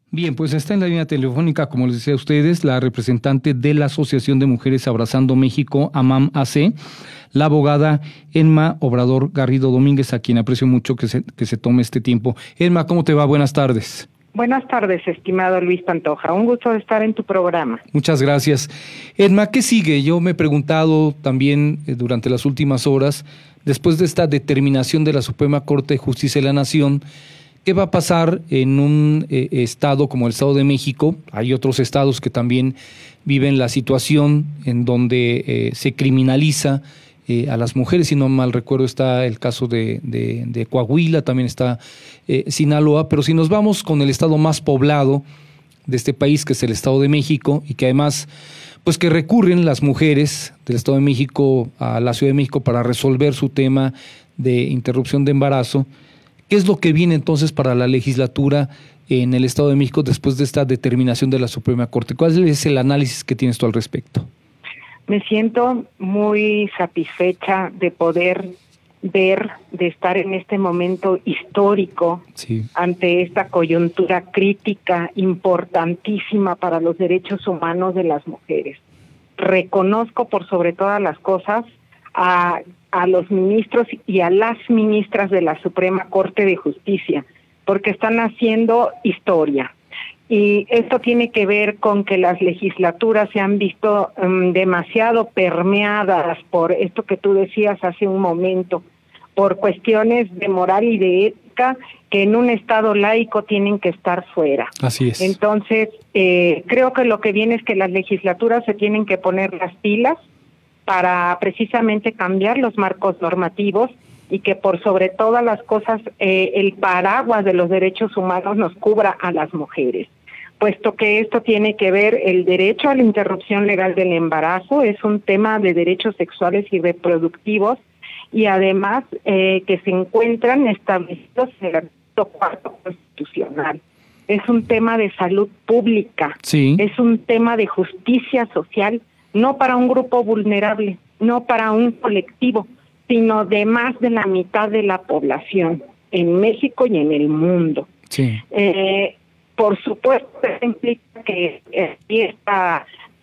Bien, pues está en la línea telefónica, como les decía a ustedes, la representante de la Asociación de Mujeres Abrazando México, AMAM AC, la abogada Emma Obrador Garrido Domínguez, a quien aprecio mucho que se tome este tiempo. Emma, ¿cómo te va? Buenas tardes. Buenas tardes, estimado Luis Pantoja. Un gusto de estar en tu programa. Muchas gracias. Emma, ¿qué sigue? Yo me he preguntado también durante las últimas horas, después de esta determinación de la Suprema Corte de Justicia de la Nación, ¿qué va a pasar en un estado como el Estado de México? Hay otros estados que también viven la situación en donde se criminaliza a las mujeres. Si no mal recuerdo, está el caso de Coahuila, también está Sinaloa. Pero si nos vamos con el estado más poblado de este país, que es el Estado de México, y que además, pues que recurren las mujeres del Estado de México a la Ciudad de México para resolver su tema de interrupción de embarazo, ¿qué es lo que viene entonces para la legislatura en el Estado de México después de esta determinación de la Suprema Corte? ¿Cuál es el análisis que tienes tú al respecto? Me siento muy satisfecha de poder ver, de estar en este momento histórico, sí, ante esta coyuntura crítica importantísima para los derechos humanos de las mujeres. Reconozco por sobre todas las cosas a los ministros y a las ministras de la Suprema Corte de Justicia, porque están haciendo historia. Y esto tiene que ver con que las legislaturas se han visto demasiado permeadas por esto que tú decías hace un momento, por cuestiones de moral y de ética que en un Estado laico tienen que estar fuera. Así es. Entonces, creo que lo que viene es que las legislaturas se tienen que poner las pilas para precisamente cambiar los marcos normativos y que por sobre todas las cosas el paraguas de los derechos humanos nos cubra a las mujeres, puesto que esto tiene que ver el derecho a la interrupción legal del embarazo, es un tema de derechos sexuales y reproductivos y además que se encuentran establecidos en el artículo 4 constitucional. Es un tema de salud pública, sí, es un tema de justicia social, no para un grupo vulnerable, no para un colectivo, sino de más de la mitad de la población en México y en el mundo. Sí. Por supuesto, eso implica que esta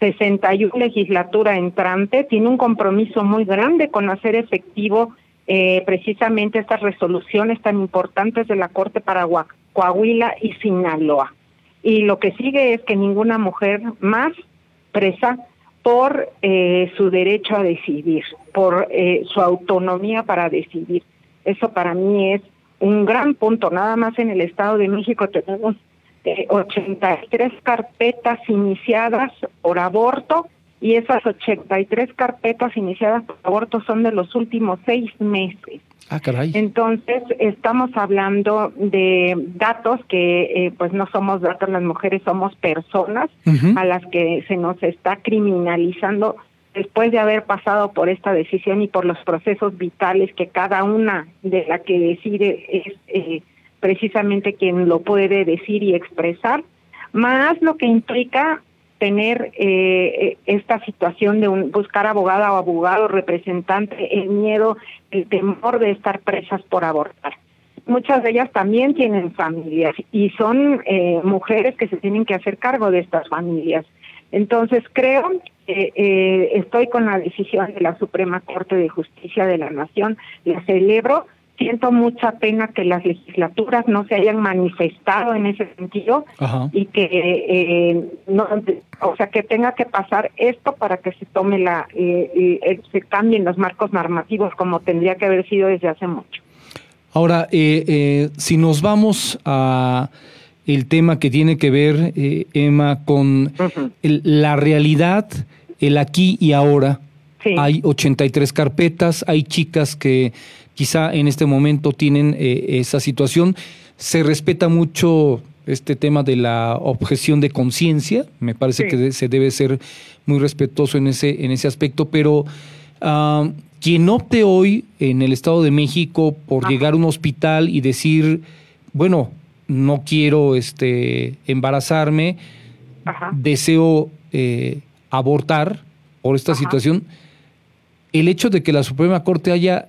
61 legislatura entrante tiene un compromiso muy grande con hacer efectivo precisamente estas resoluciones tan importantes de la Corte para Coahuila y Sinaloa. Y lo que sigue es que ninguna mujer más presa por su derecho a decidir, por su autonomía para decidir. Eso para mí es un gran punto. Nada más en el Estado de México tenemos 83 carpetas iniciadas por aborto y esas 83 carpetas iniciadas por aborto son de los últimos 6 meses. Ah, caray. Entonces, estamos hablando de datos que pues no somos datos, las mujeres somos personas a las que se nos está criminalizando después de haber pasado por esta decisión y por los procesos vitales que cada una de la que decide es precisamente quien lo puede decir y expresar, más lo que implica tener esta situación de buscar abogada o abogado representante, el miedo, el temor de estar presas por abortar. Muchas de ellas también tienen familias y son mujeres que se tienen que hacer cargo de estas familias. Entonces creo que estoy con la decisión de la Suprema Corte de Justicia de la Nación, la celebro. Siento mucha pena que las legislaturas no se hayan manifestado en ese sentido. Ajá. Y que no, o sea, que tenga que pasar esto para que se tome se cambien los marcos normativos como tendría que haber sido desde hace mucho. Ahora, si nos vamos a el tema que tiene que ver, Emma, con la realidad, el aquí y ahora. Sí. Hay 83 carpetas, hay chicas que quizá en este momento tienen esa situación. Se respeta mucho este tema de la objeción de conciencia. Me parece que se debe ser muy respetuoso en ese aspecto, pero quien opte hoy en el Estado de México por llegar a un hospital y decir, bueno, no quiero embarazarme, deseo abortar por esta situación, el hecho de que la Suprema Corte haya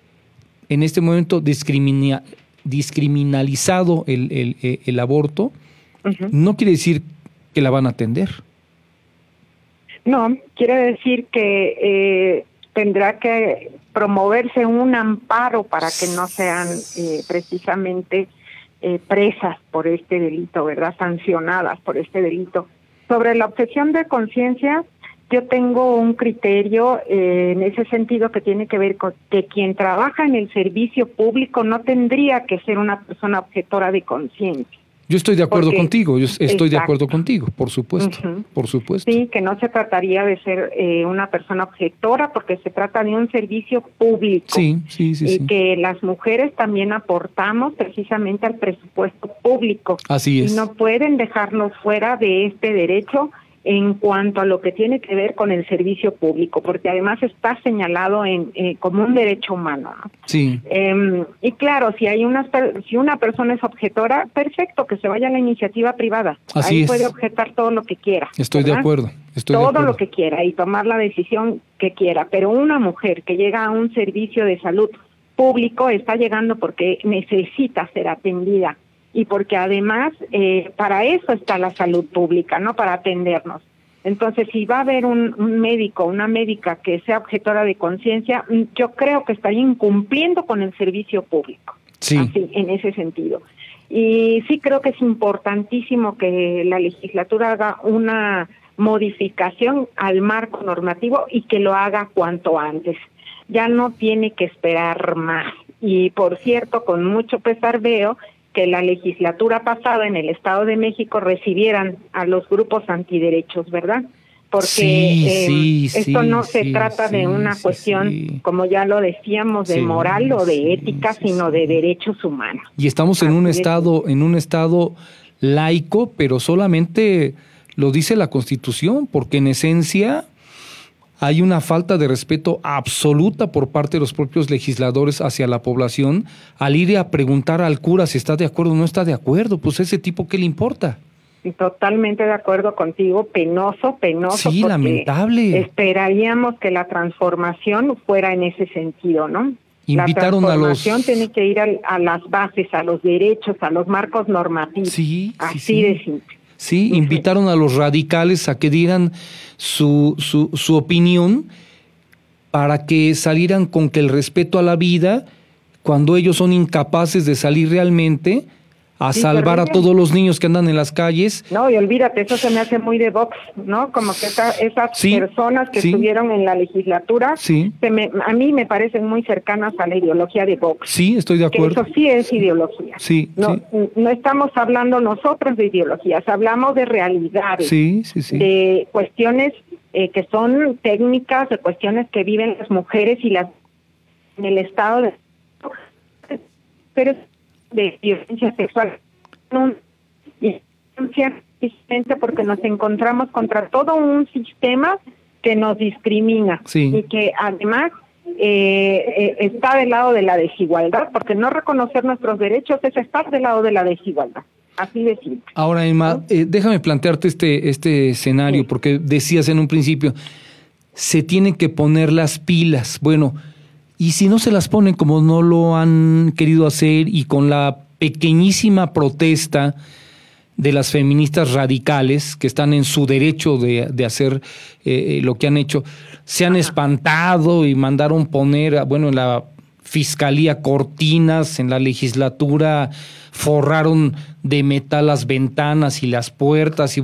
en este momento descriminalizado el aborto, no quiere decir que la van a atender. No, quiere decir que tendrá que promoverse un amparo para que no sean precisamente presas por este delito, ¿verdad? Sancionadas por este delito. Sobre la objeción de conciencia, yo tengo un criterio en ese sentido que tiene que ver con que quien trabaja en el servicio público no tendría que ser una persona objetora de conciencia. Yo estoy de acuerdo contigo, de acuerdo contigo, por supuesto, por supuesto. Sí, que no se trataría de ser una persona objetora porque se trata de un servicio público. Sí. Que las mujeres también aportamos precisamente al presupuesto público. Así es. Y no pueden dejarnos fuera de este derecho en cuanto a lo que tiene que ver con el servicio público, porque además está señalado como un derecho humano, ¿no? Sí. Y claro, si una persona es objetora, perfecto, que se vaya a la iniciativa privada. Así Ahí es. puede objetar todo lo que quiera. Estoy ¿verdad? de acuerdo. Todo lo que quiera y tomar la decisión que quiera, pero una mujer que llega a un servicio de salud público está llegando porque necesita ser atendida. Y porque además para eso está la salud pública, ¿no? Para atendernos. Entonces, si va a haber un médico, una médica que sea objetora de conciencia, yo creo que estaría incumpliendo con el servicio público. Sí. Así, en ese sentido. Y sí creo que es importantísimo que la legislatura haga una modificación al marco normativo y que lo haga cuanto antes. Ya no tiene que esperar más. Y por cierto, con mucho pesar veo que la legislatura pasada en el Estado de México recibieran a los grupos antiderechos, ¿verdad? Porque esto no se trata de una cuestión, como ya lo decíamos, de moral o de ética, sino de derechos humanos. Y estamos en un estado laico, pero solamente lo dice la Constitución, porque en esencia hay una falta de respeto absoluta por parte de los propios legisladores hacia la población al ir a preguntar al cura si está de acuerdo o no está de acuerdo. Pues ese tipo, ¿qué le importa? Totalmente de acuerdo contigo, penoso. Sí, lamentable. Esperaríamos que la transformación fuera en ese sentido, ¿no? Invitaron la transformación tiene que ir a las bases, a los derechos, a los marcos normativos. Sí, así de simple. Sí, invitaron a los radicales a que dieran su opinión para que salieran con que el respeto a la vida, cuando ellos son incapaces de salir realmente a salvar a todos los niños que andan en las calles. No, y olvídate, eso se me hace muy de Vox, ¿no? Como que esas personas que estuvieron en la legislatura, a mí me parecen muy cercanas a la ideología de Vox. Sí, estoy de acuerdo. Que eso sí es ideología. No estamos hablando nosotros de ideologías, hablamos de realidades, de cuestiones que son técnicas, de cuestiones que viven las mujeres y en el estado de... Pero de violencia sexual y porque nos encontramos contra todo un sistema que nos discrimina y que además está del lado de la desigualdad, porque no reconocer nuestros derechos es estar del lado de la desigualdad. Así de simple. Ahora, Emma, déjame plantearte este escenario, porque decías en un principio, se tienen que poner las pilas. Bueno, y si no se las ponen como no lo han querido hacer y con la pequeñísima protesta de las feministas radicales que están en su derecho de hacer lo que han hecho, se han espantado y mandaron poner, en la fiscalía cortinas, en la legislatura forraron de metal las ventanas y las puertas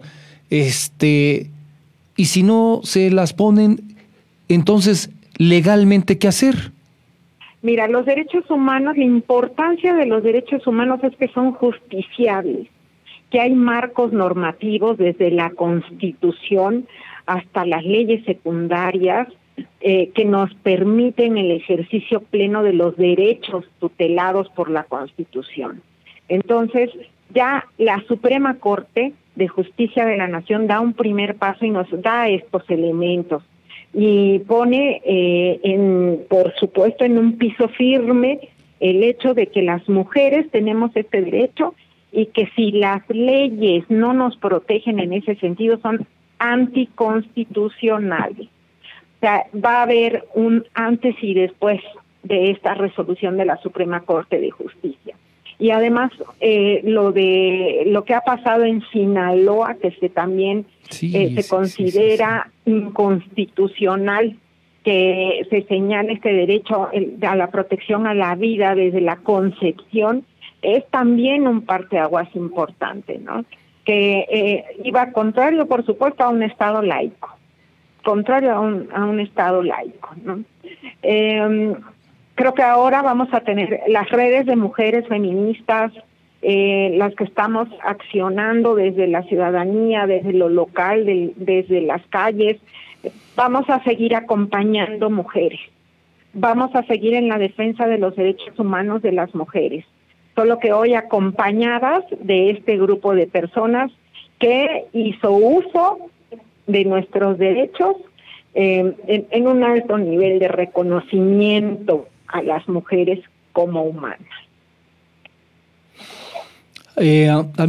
y si no se las ponen, entonces legalmente, ¿qué hacer? Mira, los derechos humanos, la importancia de los derechos humanos es que son justiciables, que hay marcos normativos desde la Constitución hasta las leyes secundarias que nos permiten el ejercicio pleno de los derechos tutelados por la Constitución. Entonces, ya la Suprema Corte de Justicia de la Nación da un primer paso y nos da estos elementos. Y pone, por supuesto, en un piso firme el hecho de que las mujeres tenemos este derecho y que si las leyes no nos protegen en ese sentido son anticonstitucionales. O sea, va a haber un antes y después de esta resolución de la Suprema Corte de Justicia. Y además lo que ha pasado en Sinaloa, que también se considera inconstitucional, que se señala este derecho a la protección a la vida desde la concepción, es también un parteaguas importante, ¿no? Que iba contrario, por supuesto, a un Estado laico, a un Estado laico, ¿no? Creo que ahora vamos a tener las redes de mujeres feministas, las que estamos accionando desde la ciudadanía, desde lo local, desde las calles. Vamos a seguir acompañando mujeres, vamos a seguir en la defensa de los derechos humanos de las mujeres, solo que hoy acompañadas de este grupo de personas que hizo uso de nuestros derechos en un alto nivel de reconocimiento a las mujeres como humanas. A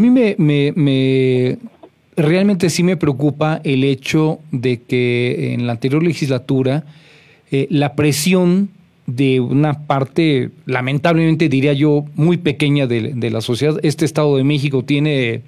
mí realmente sí me preocupa el hecho de que en la anterior legislatura la presión de una parte, lamentablemente diría yo, muy pequeña de la sociedad. Este Estado de México tiene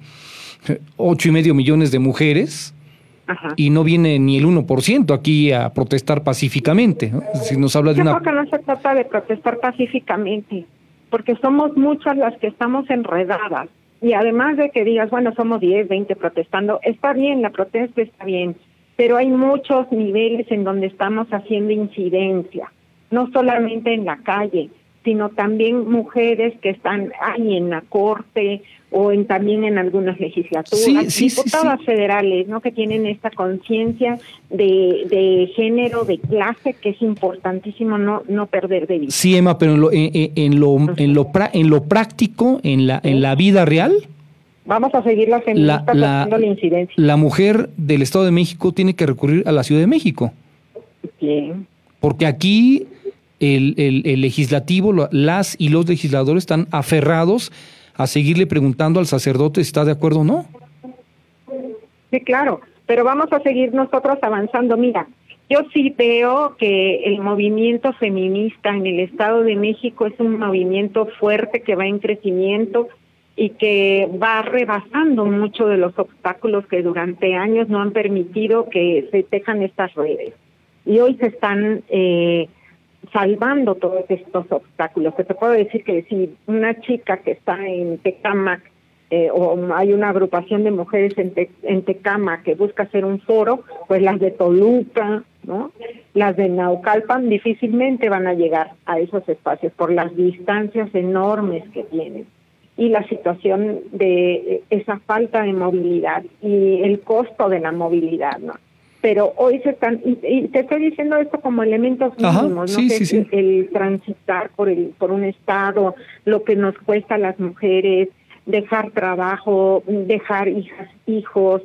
8.5 millones de mujeres. Ajá. Y no viene ni el 1% aquí a protestar pacíficamente, ¿no? Si nos habla de Yo creo que no se trata de protestar pacíficamente, porque somos muchas las que estamos enredadas. Y además de que digas, bueno, somos 10, 20 protestando, está bien, la protesta está bien, pero hay muchos niveles en donde estamos haciendo incidencia, no solamente en la calle, sino también mujeres que están ahí en la corte o también en algunas legislaturas, diputadas federales, ¿no? Que tienen esta conciencia de género, de clase, que es importantísimo no perder de vista. Sí, Emma, pero en lo práctico, en la vida real, vamos a seguir las feministas haciendo la incidencia. La mujer del Estado de México tiene que recurrir a la Ciudad de México. Bien. Porque aquí el legislativo, las y los legisladores están aferrados a seguirle preguntando al sacerdote si está de acuerdo o no. Sí, claro, pero vamos a seguir nosotros avanzando. Mira, yo sí veo que el movimiento feminista en el Estado de México es un movimiento fuerte que va en crecimiento y que va rebasando mucho de los obstáculos que durante años no han permitido que se tejan estas redes. Y hoy se están salvando todos estos obstáculos. Te puedo decir que si una chica que está en Tecámac, o hay una agrupación de mujeres en Tecámac que busca hacer un foro, pues las de Toluca, ¿no? Las de Naucalpan difícilmente van a llegar a esos espacios por las distancias enormes que tienen y la situación de esa falta de movilidad y el costo de la movilidad, ¿no? Pero hoy se están, y te estoy diciendo esto como elementos mínimos, ¿no? Que el transitar por un estado, lo que nos cuesta a las mujeres, dejar trabajo, dejar hijos,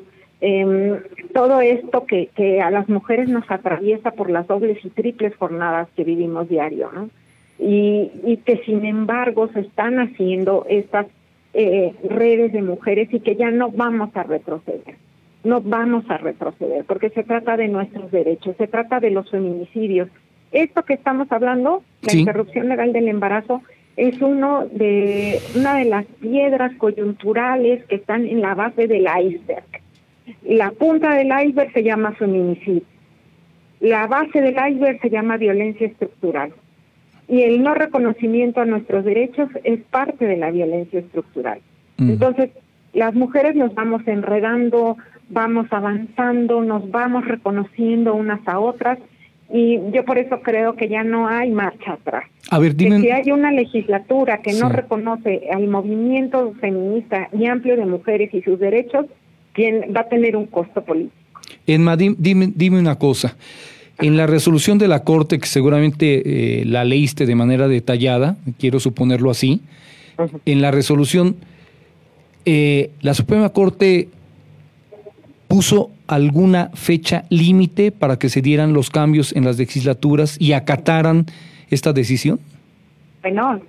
todo esto que a las mujeres nos atraviesa por las dobles y triples jornadas que vivimos diario, ¿no? Y que sin embargo se están haciendo estas redes de mujeres y que ya no vamos a retroceder. No vamos a retroceder, porque se trata de nuestros derechos, se trata de los feminicidios. Esto que estamos hablando, la interrupción legal del embarazo, es una de las piedras coyunturales que están en la base del iceberg. La punta del iceberg se llama feminicidio. La base del iceberg se llama violencia estructural. Y el no reconocimiento a nuestros derechos es parte de la violencia estructural. Entonces, las mujeres nos vamos enredando, vamos avanzando, nos vamos reconociendo unas a otras, y yo por eso creo que ya no hay marcha atrás. A ver, dime. Que si hay una legislatura que no reconoce al movimiento feminista y amplio de mujeres y sus derechos, va a tener un costo político. Emma, dime una cosa. En la resolución de la Corte, que seguramente la leíste de manera detallada, quiero suponerlo así, en la resolución, la Suprema Corte puso alguna fecha límite para que se dieran los cambios en las legislaturas y acataran esta decisión. Bueno.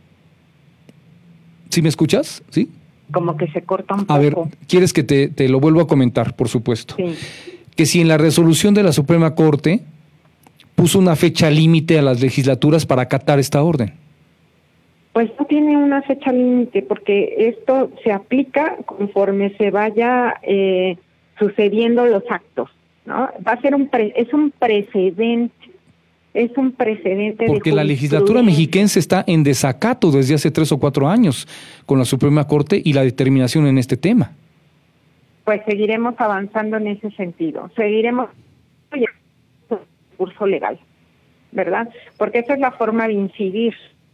¿Sí me escuchas? ¿Sí? Como que se corta un poco. A ver, ¿quieres que te lo vuelva a comentar? Por supuesto. Sí. Que si en la resolución de la Suprema Corte puso una fecha límite a las legislaturas para acatar esta orden. Pues no tiene una fecha límite, porque esto se aplica conforme se vaya sucediendo los actos, ¿no? Va a ser es un precedente. Es un precedente. Porque la legislatura mexiquense está en desacato desde hace 3 o 4 años con la Suprema Corte y la determinación en este tema. Pues seguiremos avanzando en ese sentido. Seguiremos curso legal, ¿verdad? Porque esa es la forma de incidir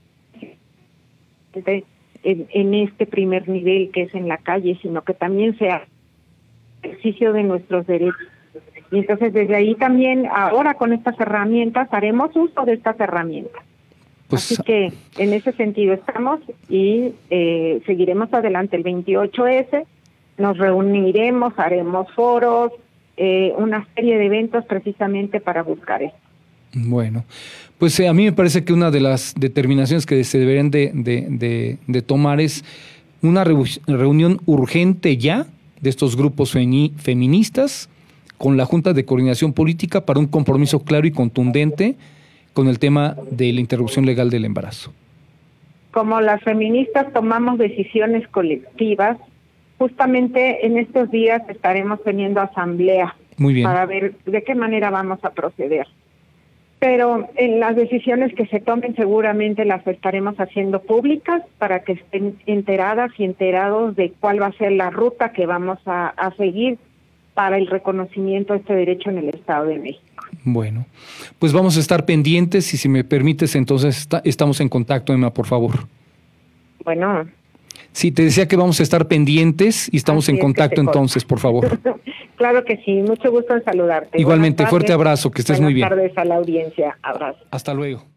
en este primer nivel que es en la calle, sino que también sea ejercicio de nuestros derechos. Y entonces desde ahí también, ahora con estas herramientas, haremos uso de estas herramientas. Pues, así que en ese sentido estamos y seguiremos adelante el 28S, nos reuniremos, haremos foros, una serie de eventos precisamente para buscar esto. Bueno, pues a mí me parece que una de las determinaciones que se deberían de tomar es una reunión urgente ya de estos grupos feministas con la Junta de Coordinación Política para un compromiso claro y contundente con el tema de la interrupción legal del embarazo. Como las feministas tomamos decisiones colectivas, justamente en estos días estaremos teniendo asamblea. Muy bien. Para ver de qué manera vamos a proceder. Pero en las decisiones que se tomen seguramente las estaremos haciendo públicas para que estén enteradas y enterados de cuál va a ser la ruta que vamos a seguir para el reconocimiento de este derecho en el Estado de México. Bueno, pues vamos a estar pendientes y si me permites entonces estamos en contacto, Emma, por favor. Bueno. Sí, te decía que vamos a estar pendientes y estamos en contacto entonces, por favor. Claro que sí, mucho gusto en saludarte. Igualmente, fuerte abrazo, que estés muy bien. Buenas tardes a la audiencia, abrazo. Hasta luego.